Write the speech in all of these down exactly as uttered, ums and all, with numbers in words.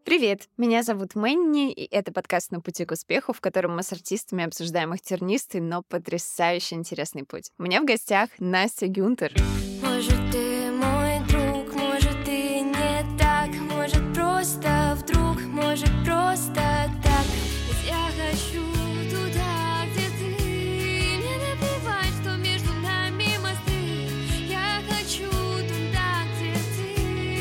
Привет, меня зовут Мэнни, и это подкаст «На пути к успеху», в котором мы с артистами обсуждаем их тернистый, но потрясающе интересный путь. У меня в гостях Настя Гюнтер. Может, ты мой друг, может, ты не так, может, просто вдруг, может, просто так. Ведь я хочу туда, где ты, мне наплевать, что между нами мосты. Я хочу туда, где ты.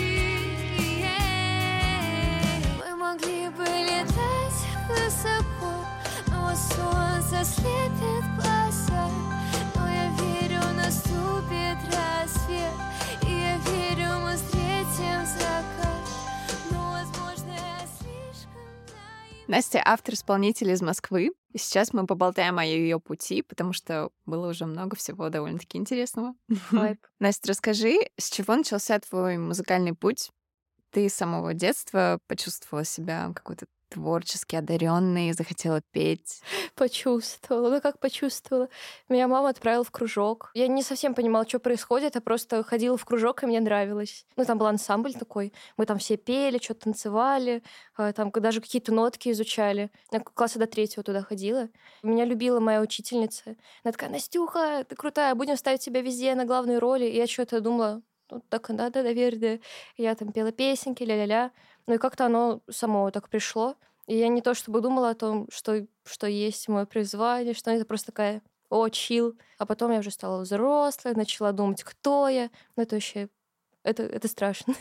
Мы могли бы летать высоко, но солнце слепит глаза. Но я верю, наступит рассвет, и я верю, мы встретим закат. Но, возможно, я слишком наивна. Настя — автор-исполнитель из Москвы. И сейчас мы поболтаем о ее пути, потому что было уже много всего довольно-таки интересного. Хайп. Настя, расскажи, с чего начался твой музыкальный путь? Ты с самого детства почувствовала себя какой-то творчески одаренной, захотела петь? Почувствовала. Ну как почувствовала? Меня мама отправила в кружок. Я не совсем понимала, что происходит, а просто ходила в кружок, и мне нравилось. Ну, там был ансамбль такой. Мы там все пели, что-то танцевали, а, там даже какие-то нотки изучали. Я класса до третьего туда ходила. Меня любила моя учительница. Она такая: «Настюха, ты крутая, будем ставить тебя везде на главные роли». И я что-то думала, ну, так и надо, наверное. И я там пела песенки, ля-ля-ля. Ну и как-то оно само так пришло. И я не то чтобы думала о том, что, что есть мое призвание, что это просто такая: о, чил. А потом я уже стала взрослой, начала думать, кто я. Ну это вообще, это, это страшно.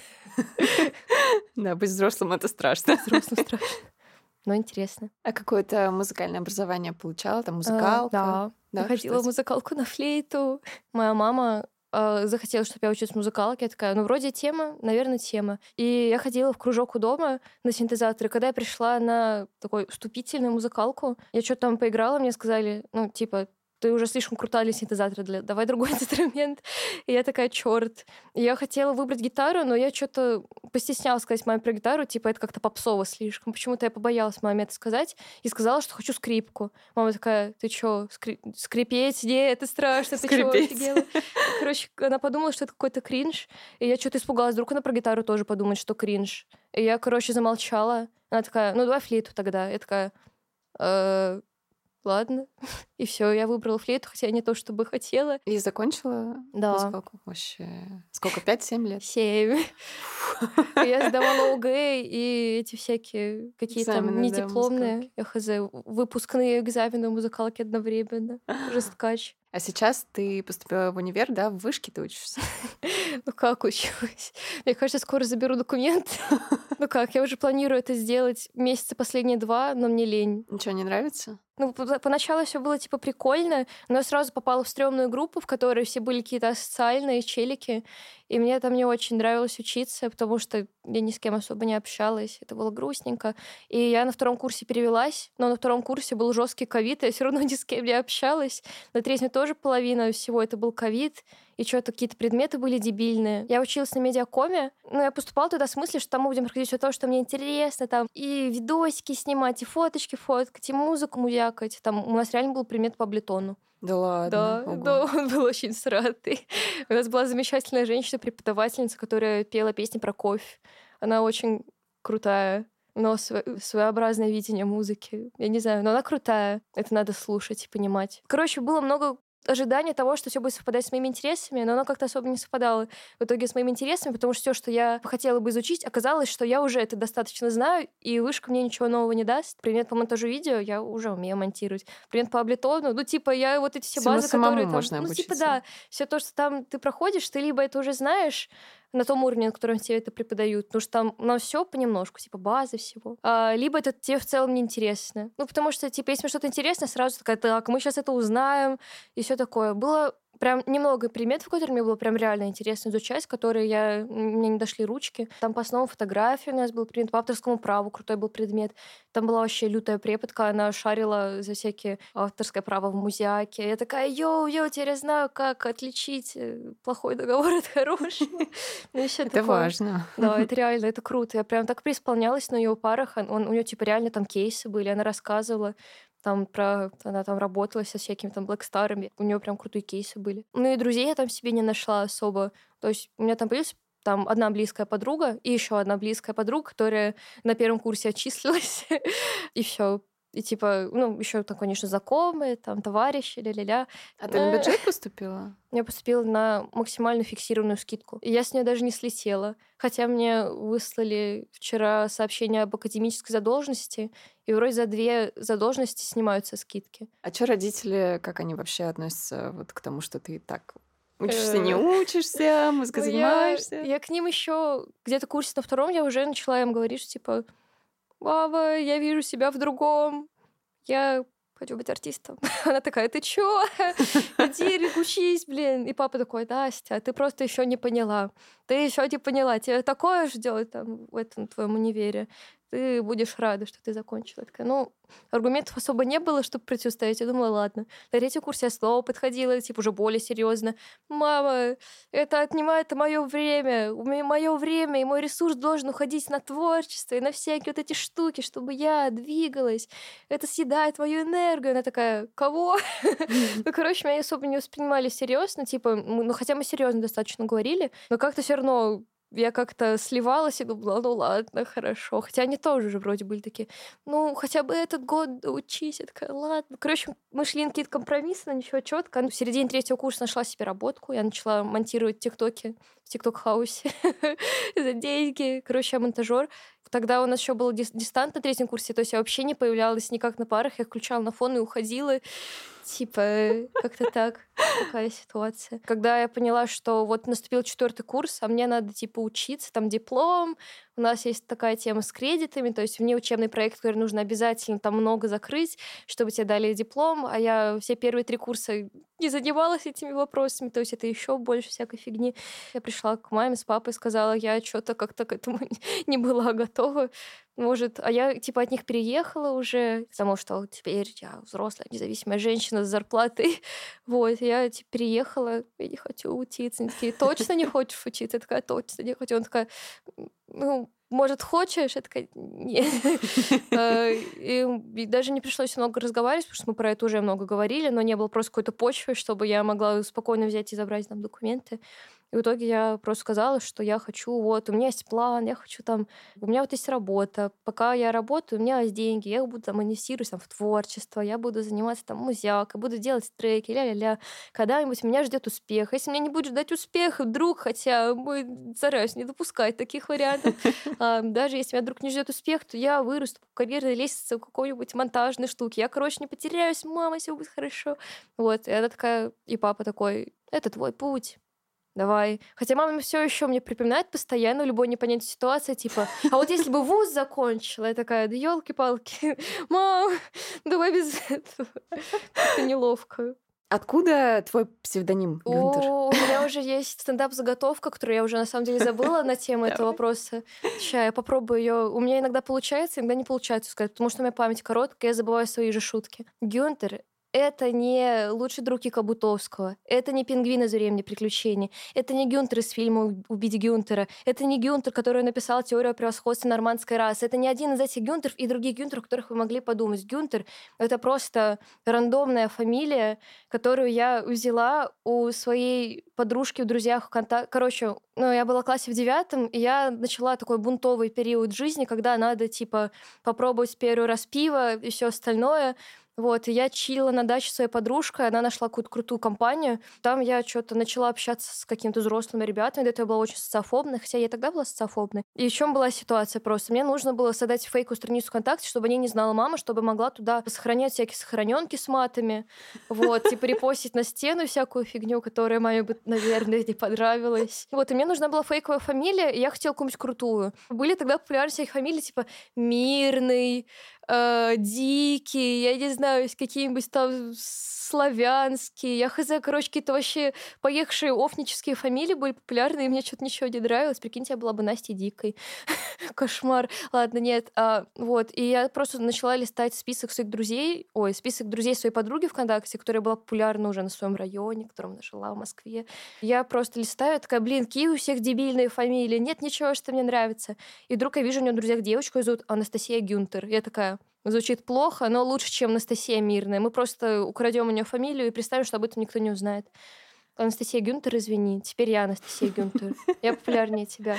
Да, быть взрослым — это страшно. Взрослым страшно. Но интересно. А какое-то музыкальное образование получала? Там А, музыкалка? Да. Да, Я ходила в что-то? музыкалку на флейту. Моя мама э, захотела, чтобы я училась в музыкалке. Я такая: ну, вроде тема, наверное, тема. И я ходила в кружок у дома на синтезаторе. Когда я пришла на такой вступительную музыкалку, я что-то там поиграла, мне сказали, ну, типа, ты уже слишком крутая для синтезатора, для... давай другой инструмент. И я такая: черт. И я хотела выбрать гитару, но я что-то постеснялась сказать маме про гитару, типа, это как-то попсово слишком. Почему-то я побоялась маме это сказать и сказала, что хочу скрипку. Мама такая: ты чё, скри... скрипеть? Нет, это страшно, ты чё, Скрипеть. офигела? Короче, она подумала, что это какой-то кринж, и я что-то испугалась, вдруг она про гитару тоже подумает, что кринж. И я, короче, замолчала. Она такая: ну, давай флейту тогда. Я такая: «Э, ладно». И все, я выбрала флейту, хотя не то чтобы хотела. И закончила Да. музыкалку? Вообще. Сколько? Пять-семь лет? Семь. Я сдавала ОГЭ и эти всякие какие-то Экзамены, не да, дипломные, я хз, выпускные экзамены в музыкалке одновременно. Жесткач. А сейчас ты поступила в универ, да? В вышке ты учишься? Ну как учусь? Мне кажется, скоро заберу документы. Ну как, я уже планирую это сделать месяца последние два, но мне лень. Ничего не нравится? Ну, по- поначалу все было типа прикольно, но я сразу попала в стрёмную группу, в которой все были какие-то асоциальные челики, и мне там не очень нравилось учиться, потому что я ни с кем особо не общалась, это было грустненько. И я на втором курсе перевелась, но на втором курсе был жесткий ковид, и я все равно ни с кем не общалась. На третьем тоже половина всего это был ковид, и что-то какие-то предметы были дебильные. Я училась на медиакоме, но я поступала туда с мыслью, что там мы будем проходить все то, что мне интересно, там и видосики снимать, и фоточки фоткать, и музыку музякать. Там у нас реально был предмет по облитону. Да ладно? Да, Ого. да, он был очень сратый. У нас была замечательная женщина-преподавательница, которая пела песни про кофе. Она очень крутая, но сво- своеобразное видение музыки. Я не знаю, но она крутая. Это надо слушать и понимать. Короче, было много ожидания того, что все будет совпадать с моими интересами, но оно как-то особо не совпадало в итоге с моими интересами, потому что все, что я хотела бы изучить, оказалось, что я уже это достаточно знаю, и вышка мне ничего нового не даст. Предмет по монтажу видео я уже умею монтировать. Предмет по облитону, ну, типа, я вот эти все Всему базы, самому которые там... можно Ну, типа, обучиться. да, все то, что там ты проходишь, ты либо это уже знаешь на том уровне, на котором тебе это преподают, потому что там на все понемножку, типа базы всего. А, либо это тебе в целом неинтересно. Ну, потому что, типа, если мне что-то интересно, сразу такая: так, мы сейчас это узнаем, и все такое. Было прям немного предметов, которые мне было прям реально интересно изучать, которые я... мне не дошли ручки. Там по основам фотографии у нас был предмет, по авторскому праву крутой был предмет. Там была вообще лютая преподка, она шарила за всякие авторское право в музяке. Я такая: йоу, йоу, теперь я знаю, как отличить э, плохой договор от хорошего. Ну, и всё Это такое. важно. Да, это реально, это круто. Я прям так преисполнялась на ее парах. Он, он- у нее типа реально там кейсы были, она рассказывала там про... Она там работала со всякими там блэкстарами. У нее прям крутые кейсы были. Ну и друзей я там себе не нашла особо. То есть у меня там появился там одна близкая подруга и еще одна близкая подруга, которая на первом курсе отчислилась, и все. И типа, ну, еще там, конечно, знакомые, там, товарищи, ля-ля-ля. А ты на Э, бюджет поступила? Я поступила на максимально фиксированную скидку. И я с нее даже не слетела. Хотя мне выслали вчера сообщение об академической задолженности, и вроде за две задолженности снимаются скидки. А что родители, как они вообще относятся вот к тому, что ты так учишься, не Э, учишься, ну, музыкой я, занимаешься? я к ним еще где-то курсе на втором я уже начала им говорить, что типа, мама, я вижу себя в другом, я хочу быть артистом. Она такая, ты чё? Иди учись, блин. И папа такой, Настя, ты просто еще не поняла. Ты еще не поняла. Тебя такое ждет там в этом твоем универе. Ты будешь рада, что ты закончила. Я такая, ну, аргументов особо не было, чтобы противостоять. Я думала, ладно. На третий курс я снова подходила, типа, уже более серьезно. Мама, это отнимает мое время. У меня мое время и мой ресурс должен уходить на творчество и на всякие вот эти штуки, чтобы я двигалась. Это съедает мою энергию. Она такая, кого? Ну, короче, меня особо не воспринимали серьезно. Типа, ну, хотя мы серьезно достаточно говорили, но как-то все равно я как-то сливалась и думала, ну ладно, хорошо. Хотя они тоже же вроде были такие, ну, хотя бы этот год учись. Я такая, ладно. Короче, мы шли на какие-то компромиссы, но ничего четко. В середине третьего курса нашла себе работку. Я начала монтировать тиктоки в тикток-хаусе за деньги. Короче, я монтажер. Тогда у нас еще был дистант на третьем курсе, то есть я вообще не появлялась никак на парах. Я включала на фон и уходила. Типа, как-то так. Такая ситуация. Когда я поняла, что вот наступил четвертый курс, а мне надо, типа, учиться, там, диплом. У нас есть такая тема с кредитами, то есть внеучебный проект, который нужно обязательно там много закрыть, чтобы тебе дали диплом, а я все первые три курса не занималась этими вопросами, то есть это еще больше всякой фигни. Я пришла к маме с папой, сказала, я что-то как-то к этому не была готова. Может, а я типа от них переехала уже, потому что теперь я взрослая, независимая женщина с зарплатой. Вот, я типа переехала, я не хочу учиться. Они такие, точно не хочешь учиться? Я такая, точно не хочу. Он такая, ну, может, хочешь? Я такая, нет. И даже не пришлось много разговаривать, потому что мы про это уже много говорили, но не было просто какой-то почвы, чтобы я могла спокойно взять и забрать там документы. И в итоге я просто сказала, что я хочу, вот, у меня есть план, я хочу там, у меня вот есть работа, пока я работаю, у меня есть деньги, я буду там инвестировать там, в творчество, я буду заниматься там музякой, буду делать треки, ля-ля-ля. Когда-нибудь меня ждет успех. Если меня не будет ждать успех, вдруг, хотя мы стараюсь не допускать таких вариантов, а, даже если меня вдруг не ждет успех, то я вырасту по карьерной лестнице в какой-нибудь монтажной штуке. Я, короче, не потеряюсь, мама, все будет хорошо. Вот, и она такая, и папа такой, это твой путь. Давай. Хотя мама все еще мне припоминает постоянно в любой непонятной ситуации, типа, а вот если бы вуз закончила, я такая, да елки-палки, мам, давай без этого. Это неловко. Откуда твой псевдоним, Гюнтер? О, у меня уже есть стендап-заготовка, которую я уже на самом деле забыла на тему этого вопроса. Сейчас я попробую ее. У меня иногда получается, иногда не получается сказать, потому что у меня память короткая, я забываю свои же шутки. Гюнтер — это не лучший друг Кика Бутовского, это не пингвин из «Времени приключений», это не Гюнтер из фильма «Убить Гюнтера», это не Гюнтер, который написал теорию о превосходстве нормандской расы, это не один из этих Гюнтеров и других Гюнтеров, о которых вы могли подумать. Гюнтер — это просто рандомная фамилия, которую я взяла у своей подружки в друзьях ВКонтакте. Короче, ну, я была в классе в девятом, и я начала такой бунтовый период жизни, когда надо, типа, попробовать первый раз пиво и все остальное. Вот, и я чилила на даче своей подружкой, она нашла какую-то крутую компанию. Там я что-то начала общаться с какими-то взрослыми ребятами, до этого я была очень социофобной, хотя я и тогда была социофобной. И в чем была ситуация просто? Мне нужно было создать фейковую страницу ВКонтакте, чтобы о ней не знала мама, чтобы могла туда сохранять всякие сохраненки с матами, вот, типа репостить на стену всякую фигню, которая маме бы, наверное, не понравилась. Вот, и мне нужна была фейковая фамилия, и я хотела какую-нибудь крутую. Были тогда популярны всякие фамилии, типа Мирный, э, Дикий, я не знаю, какие-нибудь там славянские, я хз, короче, какие-то вообще поехавшие офнические фамилии были популярны, и мне что-то ничего не нравилось. Прикиньте, я была бы Настей Дикой. Кошмар. Ладно, нет. А, вот. И я просто начала листать список своих друзей, ой, список друзей своей подруги ВКонтакте, которая была популярна уже на своем районе, в котором она жила, в Москве. Я просто листаю, такая, блин, какие у всех дебильные фамилии, нет ничего, что мне нравится. И вдруг я вижу у нее в друзьях девочку, ее зовут Анастасия Гюнтер. Я такая, звучит плохо, но лучше, чем Анастасия Мирная. Мы просто украдем у нее фамилию и представим, что об этом никто не узнает. Анастасия Гюнтер, извини. Теперь я Анастасия Гюнтер. Я популярнее тебя.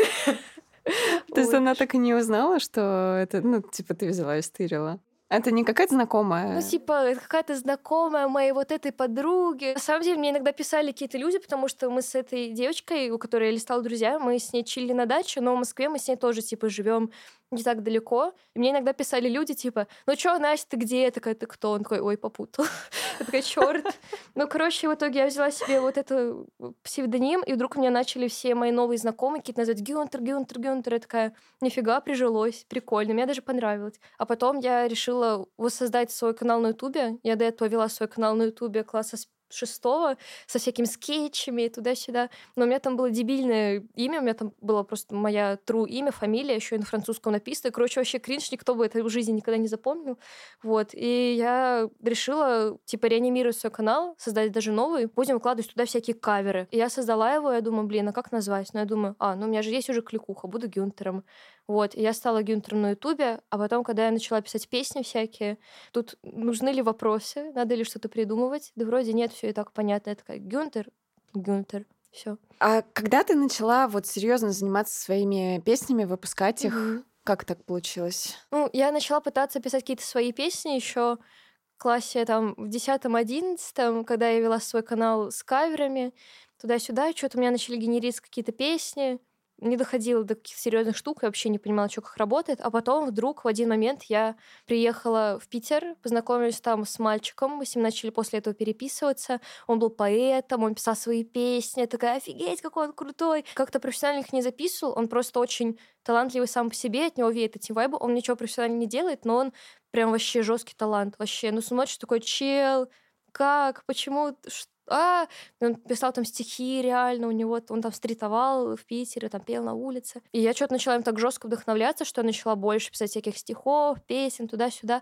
То есть Вот. она так и не узнала, что это, ну, типа, ты взяла и стырила? Это не какая-то Ну, знакомая? типа, это какая-то знакомая моей вот этой подруги. На самом деле, мне иногда писали какие-то люди, потому что мы с этой девочкой, у которой я листала друзья, мы с ней чили на даче, но в Москве мы с ней тоже, типа, живем не так далеко. И мне иногда писали люди, типа, ну чё, Настя, ты где? Я такая, ты кто? Он такой, ой, попутал. Я такая, чёрт. Ну, короче, в итоге я взяла себе вот этот псевдоним, и вдруг меня начали все мои новые знакомые какие-то называть Гюнтер, Гюнтер, Гюнтер. Я такая, нифига, прижилось, прикольно, мне даже понравилось. А потом я решила воссоздать свой канал на Ютубе. Я до этого вела свой канал на Ютубе класса с шестого со всякими скетчами и туда-сюда. Но у меня там было дебильное имя, у меня там было просто моя true имя, фамилия, еще и на французском написано. И, короче, вообще кринж, никто бы это в жизни никогда не запомнил. Вот. И я решила, типа, реанимировать свой канал, создать даже новый. Будем выкладывать туда всякие каверы. И я создала его, я думаю, блин, а как назвать? Ну, я думаю, а, ну у меня же есть уже кликуха, буду Гюнтером. Вот. И я стала Гюнтером на Ютубе, а потом, когда я начала писать песни всякие, тут нужны ли вопросы, надо ли что-то придумывать? Да вроде нет, все и так понятно. Я такая, Гюнтер, Гюнтер, все. А когда ты начала вот серьезно заниматься своими песнями, выпускать их, Мгм. как так получилось? Ну, я начала пытаться писать какие-то свои песни еще в классе там в десятом-одиннадцатом, когда я вела свой канал с каверами, туда-сюда, что-то у меня начали генериться какие-то песни, не доходила до каких-то серьезных штук, я вообще не понимала, что как работает. А потом вдруг в один момент я приехала в Питер, познакомилась там с мальчиком, мы с ним начали после этого переписываться. Он был поэтом, он писал свои песни. Я такая, офигеть, какой он крутой. Как-то профессионально их не записывал, он просто очень талантливый сам по себе, от него веет эти вайбы. Он ничего профессионально не делает, но он прям вообще жесткий талант. Вообще, ну смотришь, такой чел, как, почему, что а, он писал там стихи реально, у него он там стритовал в Питере, там пел на улице. И я что-то начала им так жестко вдохновляться, что я начала больше писать всяких стихов, песен, туда-сюда.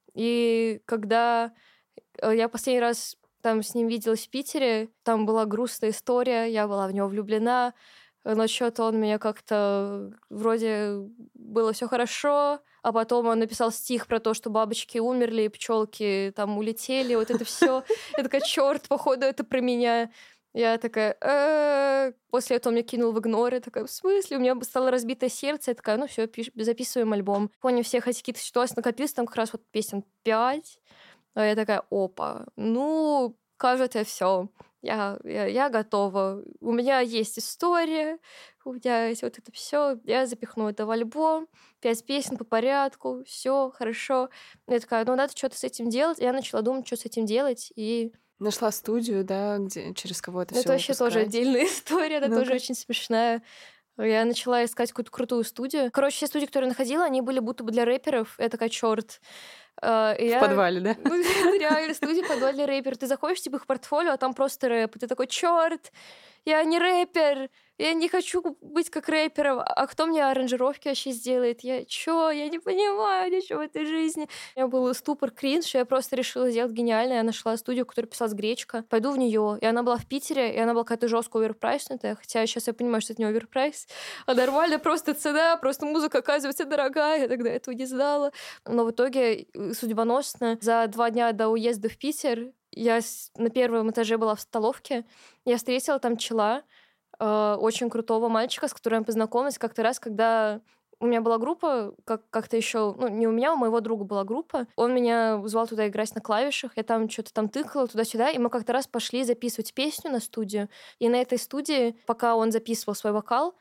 И когда я последний раз там с ним виделась в Питере, там была грустная история, я была в него влюблена, но что-то он меня как-то вроде было все хорошо, а потом он написал стих про то, что бабочки умерли, пчелки там улетели, вот это все. Я такая, черт, походу, это про меня. Я такая, «Э-э-э». После этого он меня кинул в игнор. Я такая, в смысле? У меня стало разбитое сердце. Я такая, ну все, записываем альбом. Помню, всех какие-то ситуации накопилось, там как раз вот песен пять. А я такая, опа, ну, кажется, все. Я, я, я готова. У меня есть история, у меня есть вот это все. Я запихну это в альбом, пять песен по порядку, все хорошо. Я такая, ну надо что-то с этим делать. Я начала думать, что с этим делать, и Нашла студию, да, где через кого это все это вообще тоже отдельная история, это Ну-ка. тоже очень смешная. Я начала искать какую-то крутую студию. Короче, все студии, которые я находила, они были будто бы для рэперов. Я такая, черт. В я... подвале, да? Ну, реально, студия подвал для рэпера. Ты заходишь, типа, их портфолио, а там просто рэп. И ты такой, черт, я не рэпер, я не хочу быть как рэпером. А кто мне аранжировки вообще сделает? Я чё? Я не понимаю ничего в этой жизни. У меня был ступор, кринж, и я просто решила сделать гениально. Я нашла студию, которая писалась Гречка. Пойду в нее. И она была в Питере, и она была какая-то жестко оверпрайснутая. Хотя сейчас я понимаю, что это не оверпрайс, а нормально просто цена, просто музыка оказывается дорогая. Я тогда этого не знала. Но в итоге судьбоносно за два дня до уезда в Питер я на первом этаже была в столовке. Я встретила там чела, э, очень крутого мальчика, с которым я познакомилась как-то раз, когда у меня была группа, как- как-то еще, ну, не у меня, у моего друга была группа. Он меня звал туда играть на клавишах, я там что-то там тыкала туда-сюда, и мы как-то раз пошли записывать песню на студию. И на этой студии, пока он записывал свой вокал,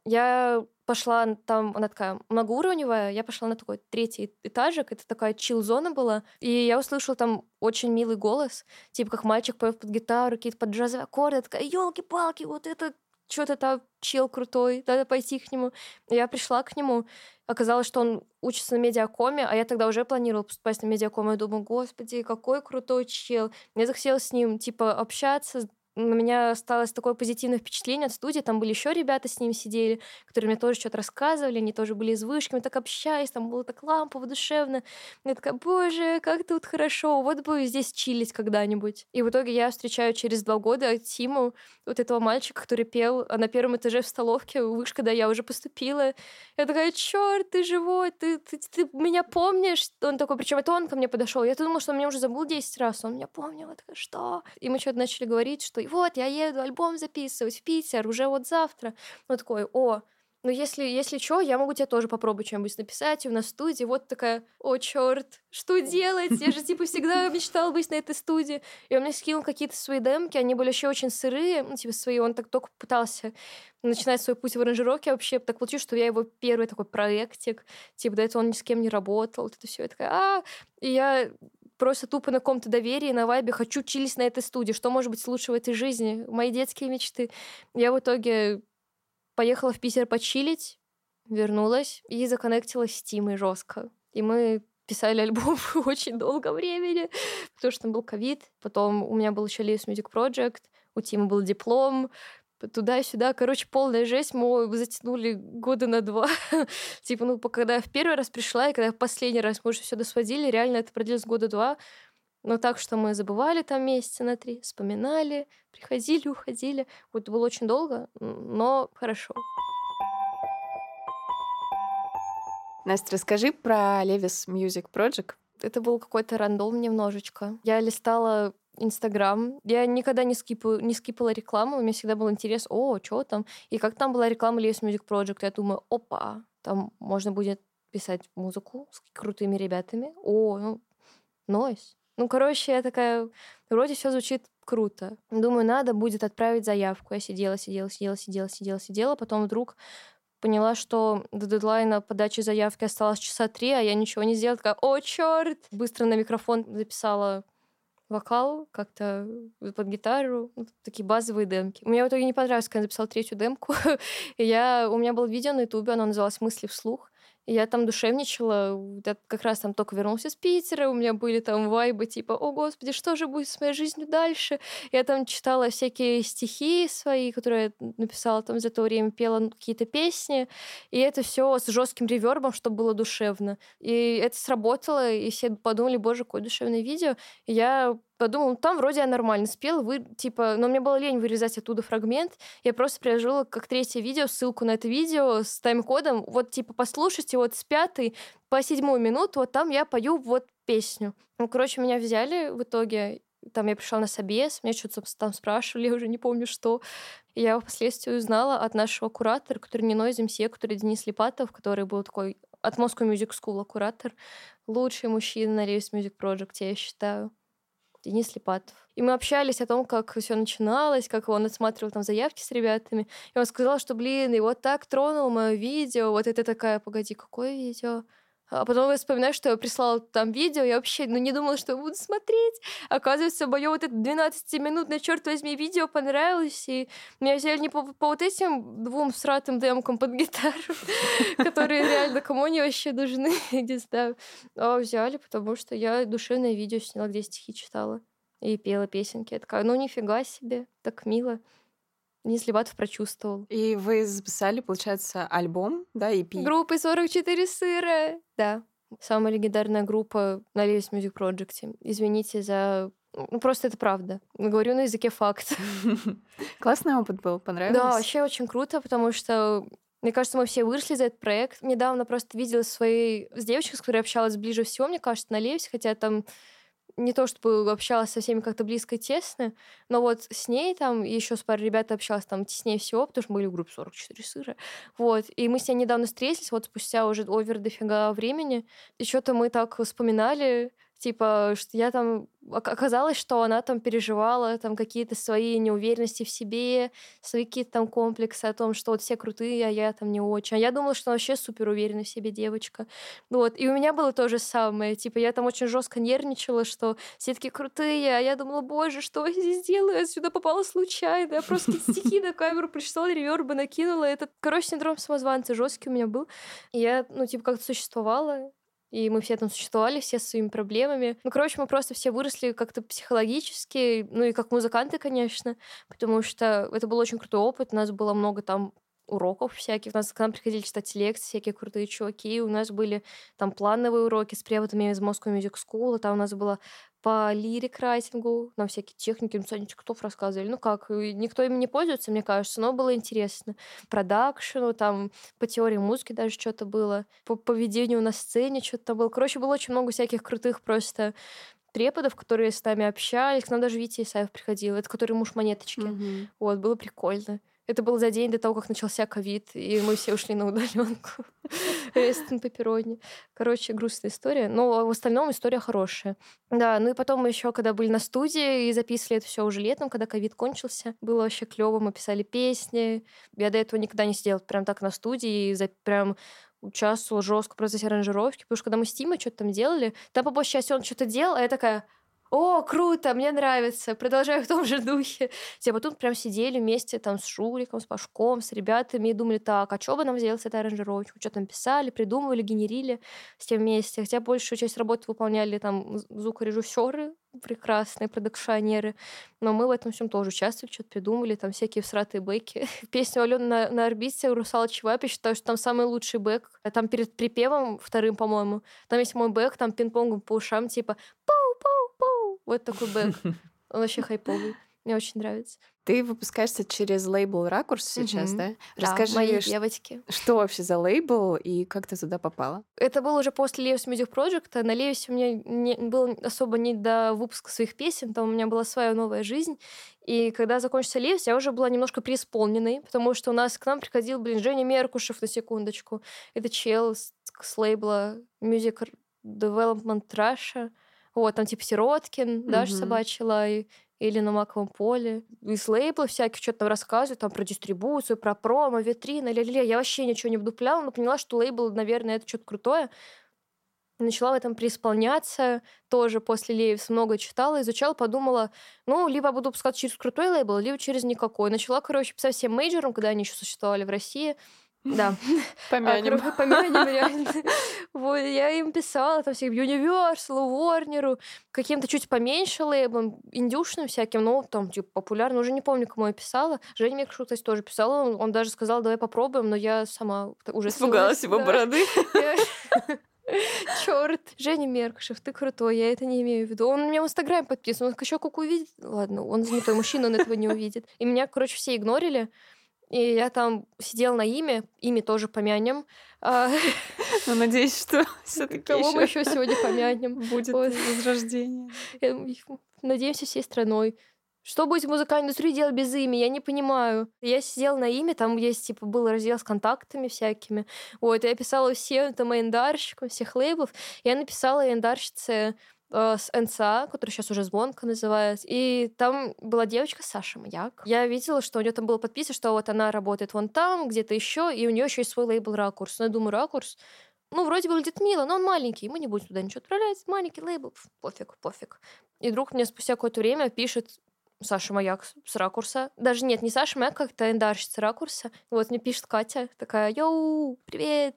я пошла, там она такая многоуровневая, я пошла на такой третий этажик, это такая чил-зона была, и я услышала там очень милый голос, типа как мальчик поет под гитару, какие-то под джазовые аккорды, я такая, елки-палки, вот это что-то там чил крутой, надо пойти к нему. И я пришла к нему, оказалось, что он учится на медиакоме, а я тогда уже планировала поступать на медиаком, я думаю, господи, какой крутой чел. Мне захотелось с ним, типа, общаться, у меня осталось такое позитивное впечатление от студии. Там были еще ребята с ним сидели, которые мне тоже что-то рассказывали, они тоже были из вышки, мы так общались, там было так лампово, душевно. Я такая, боже, как тут хорошо, вот бы здесь чилить когда-нибудь. И в итоге я встречаю через два года Тиму, вот этого мальчика, который пел на первом этаже в столовке, вышка, да, я уже поступила. Я такая, черт, ты живой, ты, ты, ты меня помнишь? Он такой, причем это он ко мне подошел. Я думала, что он меня уже забыл десять раз, он меня помнил. Я такая, что? И мы что-то начали говорить, что что вот, я еду альбом записывать в Питер уже вот завтра. Он такой: о, ну, если, если что, я могу тебе тоже попробовать что-нибудь написать. И у нас в студии вот такая: о, черт, что делать? Я же, типа, всегда мечтала быть на этой студии. И он мне скинул какие-то свои демки, они были еще очень сырые, ну, типа, свои. Он так только пытался начинать свой путь в аранжировке. Вообще так получилось, что я его первый такой проектик. Типа, до этого он ни с кем не работал. Вот это все. Я такая: а И я просто тупо на каком-то доверии, на вайбе хочу чилить на этой студии. Что может быть лучше в этой жизни? Мои детские мечты. Я в итоге поехала в Питер почилить, вернулась и законнектилась с Тимой жестко. И мы писали альбом очень долго времени, потому что там был ковид. Потом у меня был еще Leaves Music Project, у Тимы был диплом, туда-сюда. Короче, полная жесть. Мы его затянули года на два. Типа, ну, когда я в первый раз пришла, и когда я в последний раз мы уже все досводили, реально это продлилось года два. Но так, что мы забывали там месяца на три, вспоминали, приходили, уходили. Вот это было очень долго, но хорошо. Настя, расскажи про Leaves Music Project. Это был какой-то рандом немножечко. Я листала Инстаграм. Я никогда не, скипу, не скипала рекламу. У меня всегда был интерес: о, что там? И как там была реклама Leaves Music Project, я думаю: опа, там можно будет писать музыку с крутыми ребятами. О, ну, нойс. Ну, короче, я такая, вроде все звучит круто. Думаю, надо будет отправить заявку. Я сидела, сидела, сидела, сидела, сидела, сидела. Потом вдруг поняла, что до дедлайна подачи заявки осталось часа три, а я ничего не сделала. Такая: о, черт! Быстро на микрофон записала вокал как-то под гитару. Ну, такие базовые демки. Мне в итоге не понравилось, когда я записала третью демку. И я... У меня было видео на ютубе, оно называлось «Мысли вслух». И я там душевничала. Я как раз там только вернулся из Питера, у меня были там вайбы типа: о, господи, что же будет с моей жизнью дальше? Я там читала всякие стихи свои, которые я написала там за то время, пела какие-то песни. И это все с жестким ревербом, чтобы было душевно. И это сработало, и все подумали: боже, какое душевное видео. И я подумала: ну, там вроде я нормально спела, вы, типа, но мне было лень вырезать оттуда фрагмент. Я просто приложила как третье видео ссылку на это видео с тайм-кодом. Вот, типа, послушайте вот с пятой по седьмую минуту, вот там я пою вот песню. Ну, короче, меня взяли в итоге. Там я пришла на собес, меня что-то там спрашивали, я уже не помню что. И я впоследствии узнала от нашего куратора, который не Noise эм си, который Денис Липатов, который был такой от Moscow Music School куратор. Лучший мужчина на Leaves Music Project, я считаю. Денис Липатов. И мы общались о том, как все начиналось, как он отсматривал там заявки с ребятами. И он сказал, что, блин, его так тронуло мое видео. Вот это такая: погоди, какое видео? А потом я вспоминаю, что я прислала там видео, я вообще ну, не думала, что я буду смотреть. Оказывается, мое вот это двенадцатиминутное, черт возьми, видео понравилось, и меня взяли не по, по вот этим двум сратым демкам под гитару, которые реально кому они вообще нужны, не знаю. А взяли, потому что я душевное видео сняла, где стихи читала и пела песенки. Я такая: ну нифига себе, так мило. Денис Липатов прочувствовал. И вы записали, получается, альбом, да, и пи? Группы сорок четыре сыра. Да. Самая легендарная группа на Leaves Music Project. Извините за... Ну, просто это правда. Говорю на языке факт. Классный опыт был, понравилось? Да, вообще очень круто, потому что, мне кажется, мы все выросли за этот проект. Недавно просто видела своей... с девочкой, с которой общалась ближе всего, мне кажется, на Leaves, хотя там не то чтобы общалась со всеми как-то близко и тесно, но вот с ней там еще с парой ребят общалась там теснее всего, потому что мы были в группе сорок четыре сыра. Вот. И мы с ней недавно встретились, вот спустя уже овер дофига времени. И что-то мы так вспоминали, типа, что я там... Оказалось, что она там переживала там какие-то свои неуверенности в себе, свои какие-то там комплексы о том, что вот все крутые, а я там не очень. А я думала, что она вообще супер уверенная в себе девочка. Вот. И у меня было то же самое. Типа, я там очень жестко нервничала, что все такие крутые, а я думала: боже, что я здесь делаю? Я сюда попала случайно. Я просто какие-то стихи на камеру прочитала, ревербы накинула. Это, короче, синдром самозванца жесткий у меня был. И я, ну, типа, как-то существовала. И мы все там существовали, все со своими проблемами. Ну, короче, мы просто все выросли как-то психологически, ну и как музыканты, конечно, потому что это был очень крутой опыт. У нас было много там уроков всяких. У нас к нам приходили читать лекции всякие крутые чуваки. У нас были там плановые уроки с преподами из Moscow Music School. Там у нас было по лирик-райтингу, нам всякие техники, написания текстов рассказывали. Ну как, никто ими не пользуется, мне кажется, но было интересно. Продакшену, там по теории музыки даже что-то было. По поведению на сцене что-то было. Короче, было очень много всяких крутых просто преподов, которые с нами общались. К нам даже Витя Исаев приходил, это который муж Монеточки. Мгм. Вот, было прикольно. Это был за день до того, как начался ковид, и мы все ушли на удаленку. Рестон пепперони. Короче, грустная история. Но в остальном история хорошая. Да, ну и потом мы еще, когда были на студии и записывали это все уже летом, когда ковид кончился, было вообще клево, мы писали песни. Я до этого никогда не сидела прям так на студии и за- прям участвовала жестко в процессе аранжировки, потому что когда мы с Тимой что-то там делали, там по большей части он что-то делал, а я такая: о, круто, мне нравится, продолжаю в том же духе. Типа тут прям сидели вместе там с Шуриком, с Пашком, с ребятами и думали: так, а что бы нам сделать с этой аранжировочкой? Что там писали, придумывали, генерили с тем вместе. Хотя большую часть работы выполняли там з- звукорежиссеры, прекрасные продакшонеры. Но мы в этом всем тоже участвовали, что-то придумали, там всякие всратые бэки. Песню Алены на, на орбите «Русал Чевапи» считаю, что там самый лучший бэк. А там перед припевом вторым, по-моему, там есть мой бэк, там пинг-понгом по ушам, типа пау-пау-пау. Вот такой бэк. Он вообще хайповый. Мне очень нравится. Ты выпускаешься через лейбл «Ракурс» сейчас, Мгм. да? Да, Расскажи, мои ш- девочки. что вообще за лейбл и как ты туда попала? Это было уже после Левис Music Project. На Левисе у меня не, было особо не до выпуска своих песен, там у меня была своя новая жизнь. И когда закончился Левис, я уже была немножко преисполненной, потому что у нас к нам приходил, блин, Женя Меркушев, на секундочку. Это чел с, с лейбла Music Development Russia. Вот, там типа Сироткин, Даша Мгм. Собачья Лай, или на Маковом поле. Из лейбла всяких что-то там рассказывают, там про дистрибуцию, про промо, витрины, ля-ля-ля. Я вообще ничего не вдупляла, но поняла, что лейбл, наверное, это что-то крутое. И начала в этом преисполняться. Тоже после Левис много читала, изучала, подумала, ну, либо буду пускать через крутой лейбл, либо через никакой. Начала, короче, писать всем мейджорам, когда они еще существовали в России. Да. А, Помянем. короче, помянем реально. Вот, я им писала, там, всем Universal, Warner, каким-то чуть поменьше лейблом, индюшным всяким, ну, там, типа, популярно. Уже не помню, кому я писала. Женя Мекшин, кстати, тоже писала. Он, он даже сказал, давай попробуем, но я сама уже Испугалась слилась, его да. бороды. Черт, Женя Меркушев, ты крутой, я это не имею в виду. Он меня в Инстаграме подписан, он еще как увидит. Ладно, он занятой мужчина, он этого не увидит. И меня, короче, все игнорили. И я там сидела на имя, имя тоже помянем. А, Ну, надеюсь, что все-таки Кого мы еще сегодня помянем? будет Вот. возрождение. Я- Надеемся всей страной. Что будет в музыкальной индустрии делать без имя? Я не понимаю. Я сидела на имя, там есть, типа, был раздел с контактами всякими. Вот, я писала всем там яндарщикам всех лейблов. Я написала яндарщице э, с эн цэ а, который сейчас уже Звонка называется. И там была девочка Саша Маяк. Я видела, что у нее там было подписано, что вот она работает вон там, где-то еще, и у нее еще есть свой лейбл Ракурс. Но я думаю, Ракурс, ну, вроде выглядит мило, но он маленький, мы не будем туда ничего отправлять. Маленький лейбл, пф, пофиг, пофиг. И вдруг мне спустя какое-то время пишет Саша Маяк с с Ракурса. Даже нет, не Саша Маяк, как-то эндарщица Ракурса. Вот мне пишет Катя, такая: йоу, привет,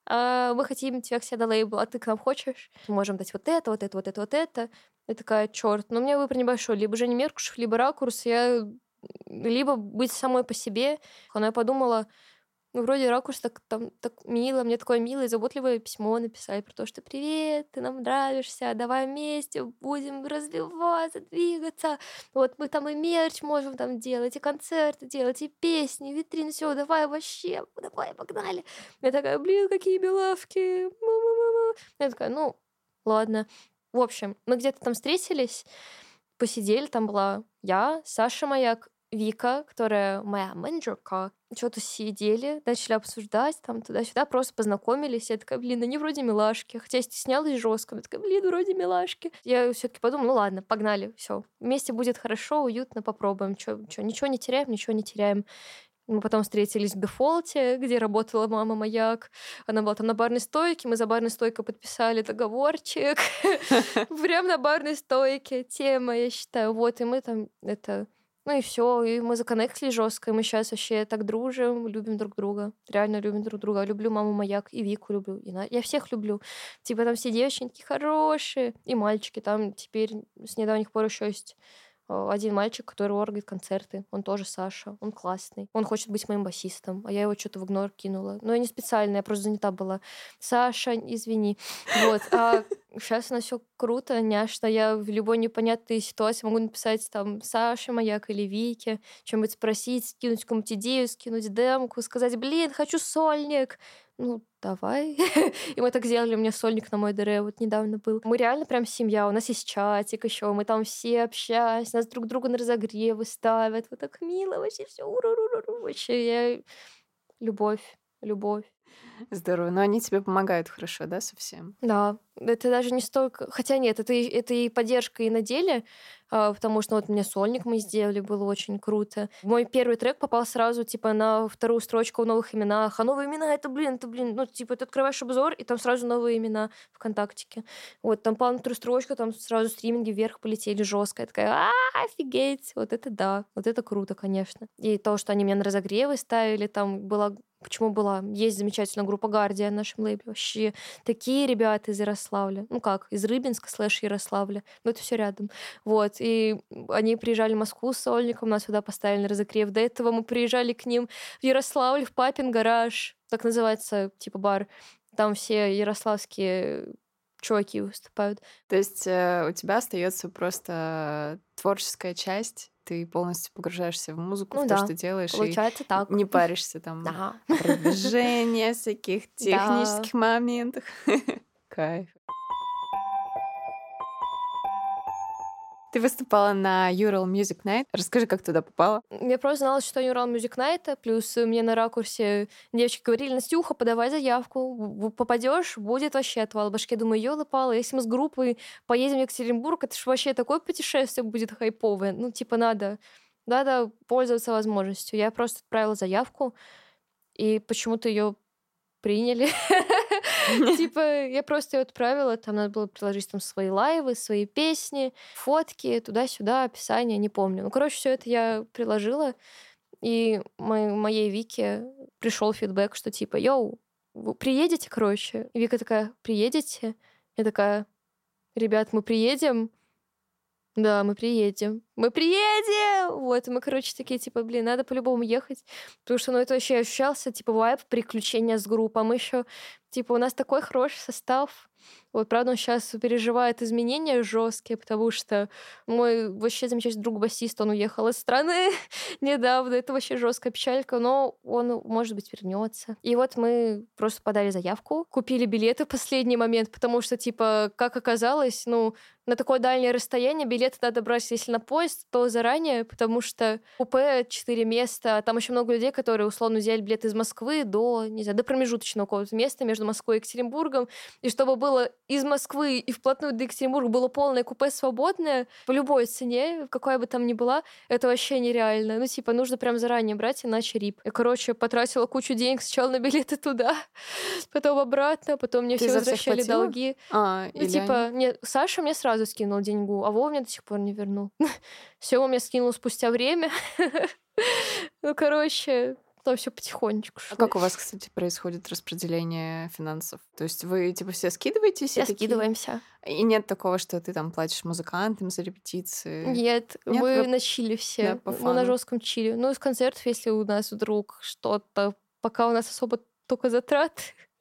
а, мы хотим тебя к себе на лейбл, а ты к нам хочешь? Мы можем дать вот это, вот это, вот это, вот это. Я такая: черт, ну у меня выбор небольшой, либо Женя Меркушев, либо Ракурс. Я либо быть самой по себе. Но я подумала, ну, вроде Ракурс так, там, так мило, мне такое милое, заботливое письмо написали про то, что привет, ты нам нравишься, давай вместе будем развиваться, двигаться. Вот мы там и мерч можем там делать, и концерты делать, и песни, и витрины, все, давай вообще, давай, погнали. Я такая: блин, какие белавки. Му-му-му-му. Я такая: ну, ладно. В общем, мы где-то там встретились, посидели, там была я, Саша Маяк, Вика, которая моя менеджерка. Что-то сидели, начали обсуждать, там туда-сюда, просто познакомились. Я такая: блин, они вроде милашки. Хотя я стеснялась жестко. Я такая: блин, вроде милашки. Я все-таки подумала, ну ладно, погнали, все. Вместе будет хорошо, уютно, попробуем. Чё, чё, ничего не теряем, ничего не теряем. Мы потом встретились в Дефолте, где работала мама Маяк. Она была там на барной стойке. Мы за барной стойкой подписали договорчик. Прям на барной стойке. Тема, я считаю. Вот, и мы там это... Ну и все, и мы законнектили жестко, и мы сейчас вообще так дружим, любим друг друга. Реально любим друг друга. Люблю маму Маяк, и Вику люблю. И на... Я всех люблю. Типа там все девочки такие хорошие. И мальчики. Там теперь с недавних пор еще есть э, один мальчик, который органит концерты. Он тоже Саша. Он классный. Он хочет быть моим басистом. А я его что-то в игнор кинула. Но я не специально, я просто занята была. Саша, извини. Вот. А Сейчас у нас все круто, няшно. Я в любой непонятной ситуации могу написать там Саше Маяк или Вике, чем-нибудь спросить, скинуть какую-нибудь идею, скинуть демку, сказать, блин, хочу сольник. Ну, давай. И мы так сделали, у меня сольник на мой ДР вот недавно был. Мы реально прям семья, у нас есть чатик еще, мы там все общаемся, нас друг друга на разогревы ставят. Вот так мило, вообще все. Вообще, я... Любовь, любовь. Здорово. Но они тебе помогают хорошо, да, совсем? Да, это даже не столько... Хотя нет, это, и- это и поддержка и на деле, а, потому что вот мне сольник мы сделали, было очень круто. Мой первый трек попал сразу, типа, на вторую строчку в новых именах. А новые имена — это, блин, это, блин, ну, типа, ты открываешь обзор, и там сразу новые имена ВКонтактике. Вот, там попал на вторую строчку, там сразу стриминги вверх полетели жестко. Я такая, а, офигеть, вот это да, вот это круто, конечно. И то, что они меня на разогревы ставили, там была... Почему была? Есть замечательная группа «Гардия» на нашем лейбле. Вообще такие ребята из Ярославля. Ну как, из Рыбинска слэш Ярославля. Но это все рядом. Вот. И они приезжали в Москву с сольником, нас сюда поставили на разогрев. До этого мы приезжали к ним в Ярославль, в Папин гараж. Так называется, типа бар. Там все ярославские чуваки выступают. То есть э, у тебя остается просто творческая часть, ты полностью погружаешься в музыку, Ну в то, да, что делаешь, и получается так. не паришься там Да. о продвижении, всяких Да. технических моментах. Кайф. Ты выступала на Ural Music Night. Расскажи, как туда попала? Я просто знала, что Ural Music Night, плюс мне на ракурсе девочки говорили, Настюха, подавай заявку, попадешь, будет вообще отвал башки. Я думаю, ёлы-палы, если мы с группой поедем в Екатеринбург, это ж вообще такое путешествие будет хайповое. Ну, типа, надо, надо пользоваться возможностью. Я просто отправила заявку, и почему-то ее приняли. Типа, я просто ее отправила, там надо было приложить там свои лайвы, свои песни, фотки, туда-сюда, описание, не помню. Ну, короче, все это я приложила, и мо- моей Вике пришел фидбэк, что типа, йоу, вы приедете, короче? И Вика такая, приедете? Я такая, ребят, мы приедем? Да, мы приедем. Мы приедем! Вот, и мы, короче, такие, типа, блин, надо по-любому ехать. Потому что, ну, это вообще ощущался, типа, вайб приключения с группой. А мы еще, типа, у нас такой хороший состав. Вот, правда, он сейчас переживает изменения жесткие, потому что мой вообще замечательный друг басист, он уехал из страны недавно. Это вообще жесткая печалька, но он, может быть, вернется. И вот мы просто подали заявку, купили билеты в последний момент, потому что, типа, как оказалось, ну, на такое дальнее расстояние билеты надо брать, если на поезд, то заранее, потому что купе четыре места, там еще много людей, которые условно взяли билет из Москвы до, не знаю, до промежуточного какого-то места между Москвой и Екатеринбургом, и чтобы было из Москвы и вплотную до Екатеринбурга было полное купе свободное по любой цене, какая бы там ни была, это вообще нереально. Ну, типа, нужно прям заранее брать, иначе рип. Я, короче, потратила кучу денег сначала на билеты туда, потом обратно, потом мне Ты все за всех возвращали платила? долги. А, Ну, или типа, они? нет, Саша мне сразу скинул деньгу, а Вова мне до сих пор не вернул. Все он мне скинул спустя время. Ну, короче, то все потихонечку А шло. как у вас, кстати, происходит распределение финансов? То есть вы, типа, все скидываетесь и Все такие? скидываемся. И нет такого, что ты там платишь музыкантам за репетиции? Нет, Нет, мы вы- на чили да, все. по Мы на фану. жестком чили. Ну, из концертов, если у нас вдруг что-то, пока у нас особо только затрат.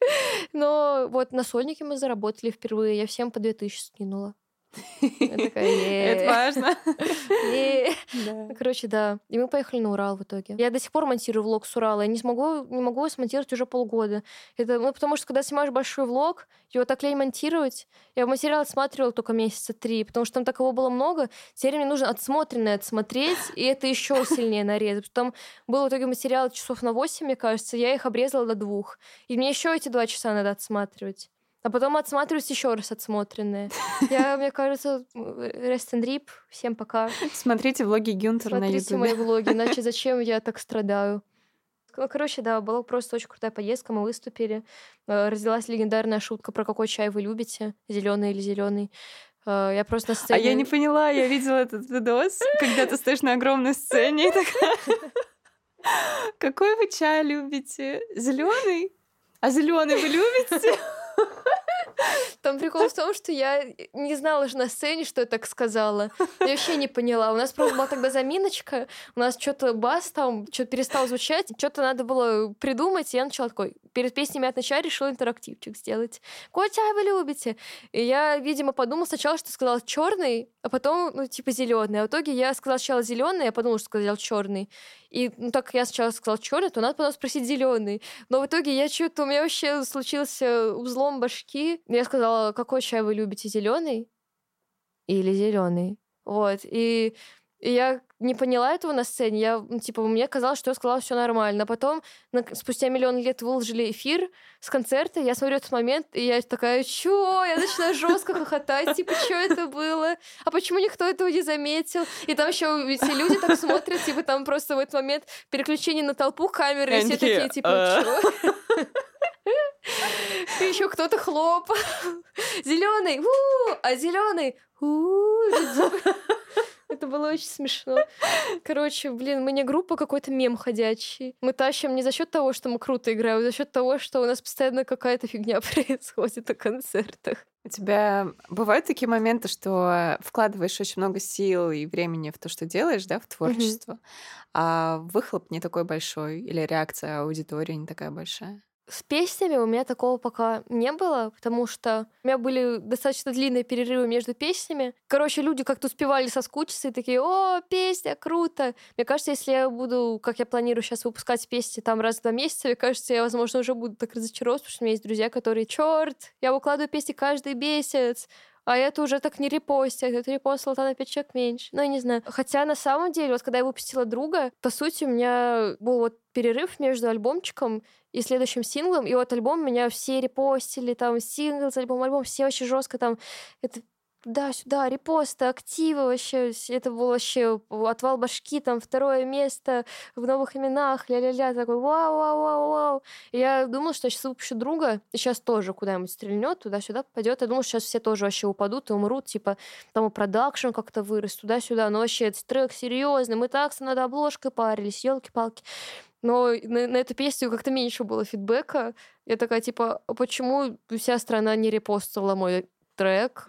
Но вот на сольнике мы заработали впервые. Я всем по две тысячи скинула. Я такая, Это «Е». важно. «Е». Да. Ну, короче, да. И мы поехали на Урал в итоге. Я до сих пор монтирую влог с Урала. Я не смогу, не могу его смонтировать уже полгода. Это, ну, потому что, когда снимаешь большой влог, его так лень монтировать. Я материал отсматривала только месяца три, потому что там такого было много. Теперь мне нужно отсмотренное отсмотреть, и это еще сильнее нарезать. Там был в итоге материал часов на восемь, мне кажется. Я их обрезала до двух. И мне еще эти два часа надо отсматривать. А потом отсматривать еще раз отсмотренные. Я, мне кажется, rest and rip. Всем пока. Смотрите влоги Гюнтера на Смотрите мои Ютубе. влоги, иначе зачем я так страдаю? Ну, короче, да, была просто очень крутая поездка, мы выступили. Э, Родилась легендарная шутка про какой чай вы любите, зеленый или зеленый. Я просто на А я не сцене... поняла, я видела этот видос, когда ты стоишь на огромной сцене и такая... Какой вы чай любите? Зеленый? А зеленый вы любите? Там прикол в том, что я не знала же на сцене, что я так сказала. Я вообще не поняла. У нас просто была тогда заминочка, у нас что-то бас там, что-то перестал звучать, что-то надо было придумать, и я начала такой, перед песнями от начала решила интерактивчик сделать. Какой чай вы любите? И я, видимо, подумала сначала, что сказала черный, а потом, ну, типа, зеленый. А в итоге я сказала сначала зеленый, я подумала, что сказала черный. И ну, так как я сначала сказала черный, то надо потом спросить зеленый. Но в итоге я что-то, у меня вообще случился взлом башки. Я сказала, какой чай вы любите, зеленый или зеленый? Вот. И, и я не поняла этого на сцене. Я, ну, типа, мне казалось, что я сказала все нормально. А потом, на, спустя миллион лет выложили эфир с концерта. Я смотрю этот момент, и я такая, чё? Я начинаю жестко хохотать. Типа, что это было? А почему никто этого не заметил? И там еще все люди так смотрят, типа, там просто в этот момент переключение на толпу камеры, и все такие, типа, чё? И еще кто-то хлоп. Зеленый, а зеленый. Это было очень смешно. Короче, блин, мы не группа, какой-то мем ходячий. Мы тащим не за счет того, что мы круто играем, а за счет того, что у нас постоянно какая-то фигня происходит на концертах. У тебя бывают такие моменты, что вкладываешь очень много сил и времени в то, что делаешь, да, в творчество, mm-hmm. а выхлоп не такой большой или реакция аудитории не такая большая? С песнями у меня такого пока не было, потому что у меня были достаточно длинные перерывы между песнями. Короче, люди как-то успевали соскучиться и такие, о, песня, круто. Мне кажется, если я буду, как я планирую сейчас выпускать песни там раз в два месяца, мне кажется, я, возможно, уже буду так разочароваться, потому что у меня есть друзья, которые, черт, я выкладываю песни каждый месяц, а это уже так не репостят, это репостил там на пять человек меньше. Ну, я не знаю. Хотя на самом деле, вот когда я выпустила «Друга», по сути, у меня был вот перерыв между альбомчиком и следующим синглом, и вот альбом меня все репостили, там, сингл, альбом, альбом, все вообще жестко там, это да-сюда, репосты, активы вообще, это был вообще отвал башки, там, второе место в новых именах, ля-ля-ля, такой вау-вау-вау-вау. И я думала, что я сейчас выпущу «Друга», и сейчас тоже куда-нибудь стрельнет, туда-сюда пойдет. Я думала, что сейчас все тоже вообще упадут и умрут, типа, там и продакшн как-то вырос, туда-сюда, но вообще этот трек серьезный, мы так над обложкой парились, елки-палки. Но на, на эту песню как-то меньше было фидбэка. Я такая, типа, а почему вся страна не репостила мой трек?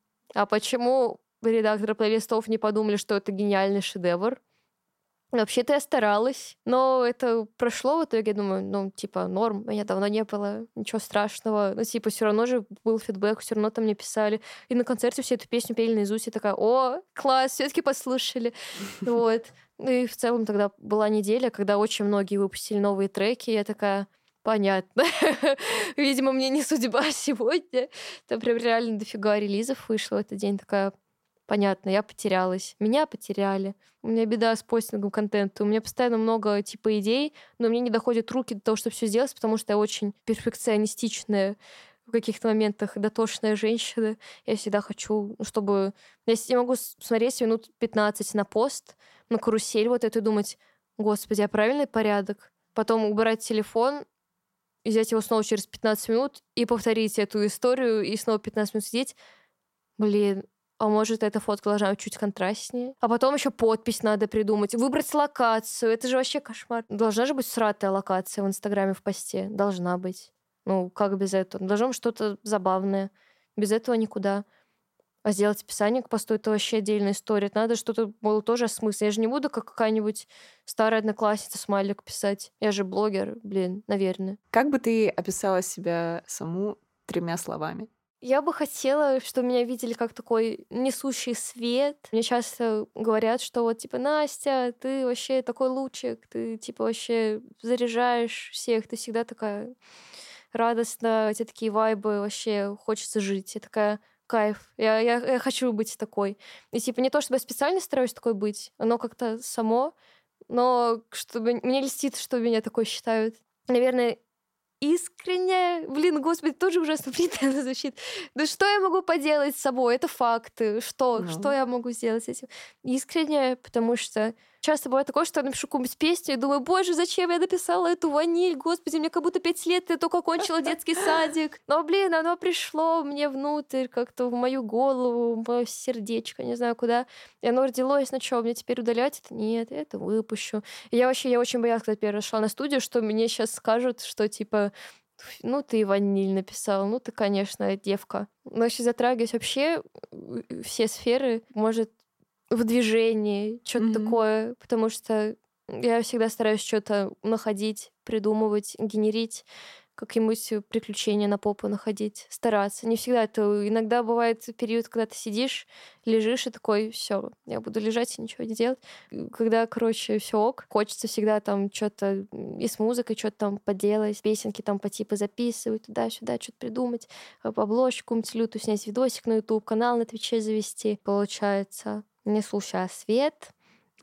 А почему редакторы плейлистов не подумали, что это гениальный шедевр? Вообще-то я старалась, но это прошло в итоге, я думаю, ну, типа, норм, меня давно не было, ничего страшного. Ну, типа, все равно же был фидбэк, все равно там мне писали. И на концерте все эту песню пели наизусть, и такая, о, класс, все-таки послушали. Вот. Ну и в целом тогда была неделя, когда очень многие выпустили новые треки, и я такая, понятно. Видимо, мне не судьба сегодня. Там прям реально дофига релизов вышло в этот день. Такая, понятно, я потерялась. Меня потеряли. У меня беда с постингом контента. У меня постоянно много типа идей, но мне не доходят руки до того, чтобы все сделать, потому что я очень перфекционистичная, в каких-то моментах дотошная женщина. Я всегда хочу, чтобы... Я могу смотреть минут пятнадцать на пост, на карусель вот эту и думать, господи, а правильный порядок? Потом убирать телефон, взять его снова через пятнадцать минут и повторить эту историю, и снова пятнадцать минут сидеть. Блин, а может, эта фотка должна быть чуть контрастнее? А потом еще подпись надо придумать, выбрать локацию. Это же вообще кошмар. Должна же быть сратая локация в Инстаграме в посте. Должна быть. Ну, как без этого? Должно быть что-то забавное. Без этого никуда. А сделать описание к посту — это вообще отдельная история. Это надо что-то было тоже осмыслить. Я же не буду как какая-нибудь старая одноклассница смайлик писать. Я же блогер, блин, наверное. Как бы ты описала себя саму тремя словами? Я бы хотела, чтобы меня видели как такой несущий свет. Мне часто говорят, что вот, типа, Настя, ты вообще такой лучик, ты, типа, вообще заряжаешь всех, ты всегда такая радостная, у тебя такие вайбы, вообще хочется жить. Я такая, кайф, я, я, я хочу быть такой. И, типа, не то, чтобы я специально стараюсь такой быть, оно как-то само, но чтобы мне льстит, что меня такой считают. Наверное, искренне, блин, господи, тоже ужасно бритально звучит. Да что я могу поделать с собой? Это факты. Что? No. Что я могу сделать с этим? Искренне, потому что часто бывает такое, что я напишу какую-нибудь песню и думаю, боже, зачем я написала эту ваниль? Господи, мне как будто пять лет, я только окончила детский садик. Но, блин, оно пришло мне внутрь, как-то в мою голову, в мое сердечко, не знаю куда. И оно родилось, ну что, мне теперь удалять это? Нет, я это выпущу. И я вообще, я очень боялась, когда первый раз шла на студию, что мне сейчас скажут, что, типа, Ну, ты ваниль написал, ну, ты, конечно, девка. Но если затрагивать вообще все сферы, может, в движении, что-то mm-hmm. такое, потому что я всегда стараюсь что-то находить, придумывать, генерить, какие-нибудь приключения на попу находить, стараться. Не всегда это... Иногда бывает период, когда ты сидишь, лежишь и такой, все, я буду лежать и ничего не делать. Когда, короче, все ок, хочется всегда там что-то и с музыкой что-то там поделать, песенки там по типу записывать, туда-сюда что-то придумать, по обложку какую-нибудь лютую снять, видосик на YouTube, канал на Твиче завести. Получается, не слушая свет,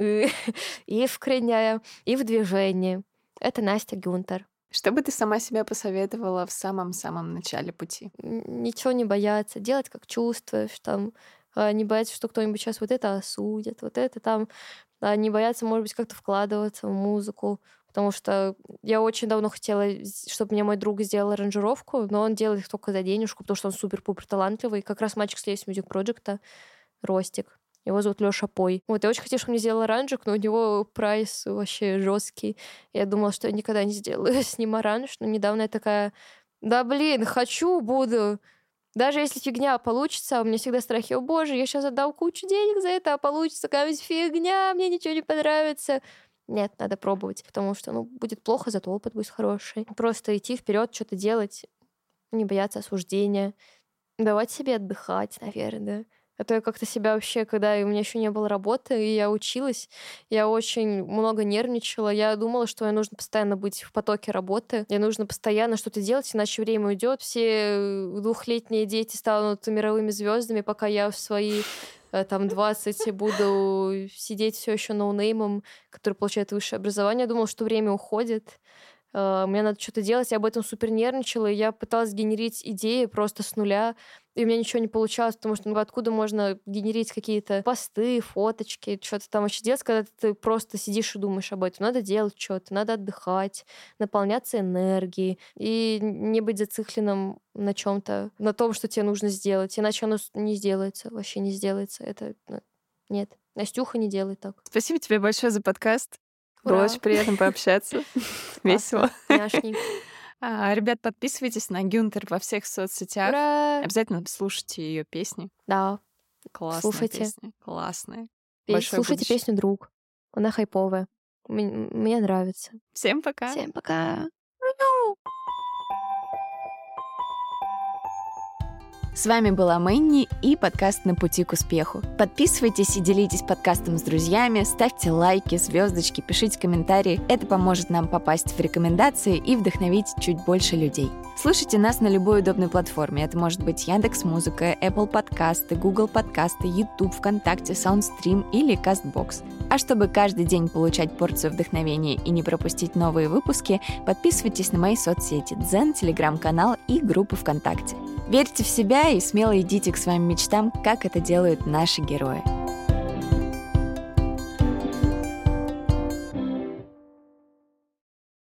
и вкореняя, и в движении. Это Настя Гюнтер. Что бы ты сама себе посоветовала в самом-самом начале пути? Ничего не бояться, делать как чувствуешь, там, не бояться, что кто-нибудь сейчас вот это осудит, вот это там, да, не бояться, может быть, как-то вкладываться в музыку, потому что я очень давно хотела, чтобы мне мой друг сделал аранжировку, но он делает их только за денежку, потому что он супер-пупер талантливый, как раз мальчик с Лейс Music Project, Ростик. Его зовут Лёша Пой. Вот, я очень хотела, чтобы он мне сделал оранжик, но у него прайс вообще жесткий. Я думала, что я никогда не сделаю с ним оранж, но недавно я такая, да блин, хочу, буду. Даже если фигня получится, у меня всегда страхи, о боже, я сейчас отдам кучу денег за это, а получится какая-нибудь фигня, мне ничего не понравится. Нет, надо пробовать, потому что, ну, будет плохо, зато опыт будет хороший. Просто идти вперед, что-то делать, не бояться осуждения, давать себе отдыхать, наверное. А то я как-то себя вообще, когда у меня еще не было работы, и я училась, я очень много нервничала. Я думала, что мне нужно постоянно быть в потоке работы. Мне нужно постоянно что-то делать, иначе время уйдет. Все двухлетние дети станут мировыми звездами, пока я в свои там двадцать буду сидеть все еще ноунеймом, который получает высшее образование. Я думала, что время уходит. Мне надо что-то делать, я об этом супер нервничала, и я пыталась генерить идеи просто с нуля, и у меня ничего не получалось, потому что ну, откуда можно генерить какие-то посты, фоточки, что-то там вообще делать, когда ты просто сидишь и думаешь об этом. Надо делать что-то, надо отдыхать, наполняться энергией и не быть зацикленным на чем-то, на том, что тебе нужно сделать, иначе оно не сделается, вообще не сделается. Это ну, нет. Настюха не делает так. Спасибо тебе большое за подкаст. Ура. Было очень приятно пообщаться. Весело. А, ребят, подписывайтесь на Гюнтер во всех соцсетях. Ура! Обязательно слушайте ее песни. Да. Классные Слушайте. песни. Классные. Слушайте будущее. Песню «Друг». Она хайповая. Мне, мне нравится. Всем пока. Всем пока. С вами была Мэнни и подкаст «На пути к успеху». Подписывайтесь и делитесь подкастом с друзьями, ставьте лайки, звездочки, пишите комментарии. Это поможет нам попасть в рекомендации и вдохновить чуть больше людей. Слушайте нас на любой удобной платформе. Это может быть Яндекс.Музыка, Apple подкасты, Google подкасты, YouTube, ВКонтакте, Soundstream или CastBox. А чтобы каждый день получать порцию вдохновения и не пропустить новые выпуски, подписывайтесь на мои соцсети Дзен, Телеграм-канал и группу ВКонтакте. Верьте в себя и смело идите к своим мечтам, как это делают наши герои.